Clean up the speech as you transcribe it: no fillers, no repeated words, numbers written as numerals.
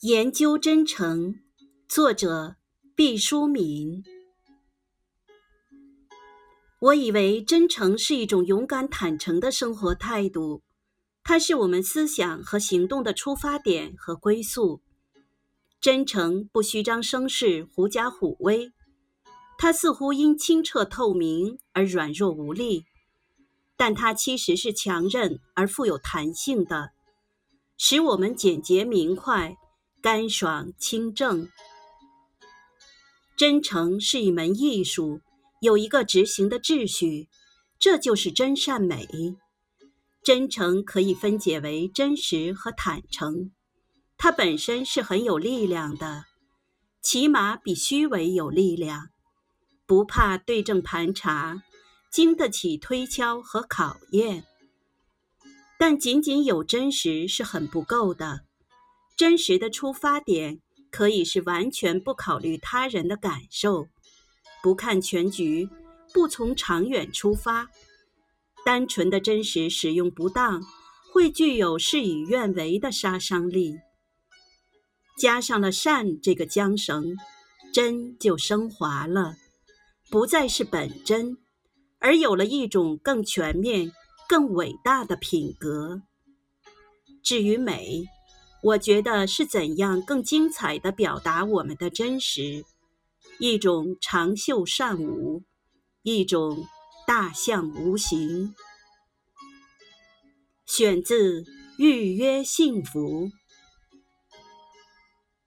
研究真诚，作者毕淑敏。我以为真诚是一种勇敢坦诚的生活态度，它是我们思想和行动的出发点和归宿。真诚不虚张声势、狐假虎威，它似乎因清澈透明而软弱无力，但它其实是强韧而富有弹性的，使我们简洁明快、干爽清正。真诚是一门艺术，有一个执行的秩序，这就是真善美。真诚可以分解为真实和坦诚，它本身是很有力量的，起码比虚伪有力量，不怕对症盘查，经得起推敲和考验。但仅仅有真实是很不够的，真实的出发点可以是完全不考虑他人的感受，不看全局，不从长远出发。单纯的真实使用不当，会具有事与愿违的杀伤力。加上了善这个缰绳，真就升华了，不再是本真，而有了一种更全面、更伟大的品格。至于美，我觉得是怎样更精彩地表达我们的真实，一种长袖善舞，一种大象无形。选自《预约幸福》。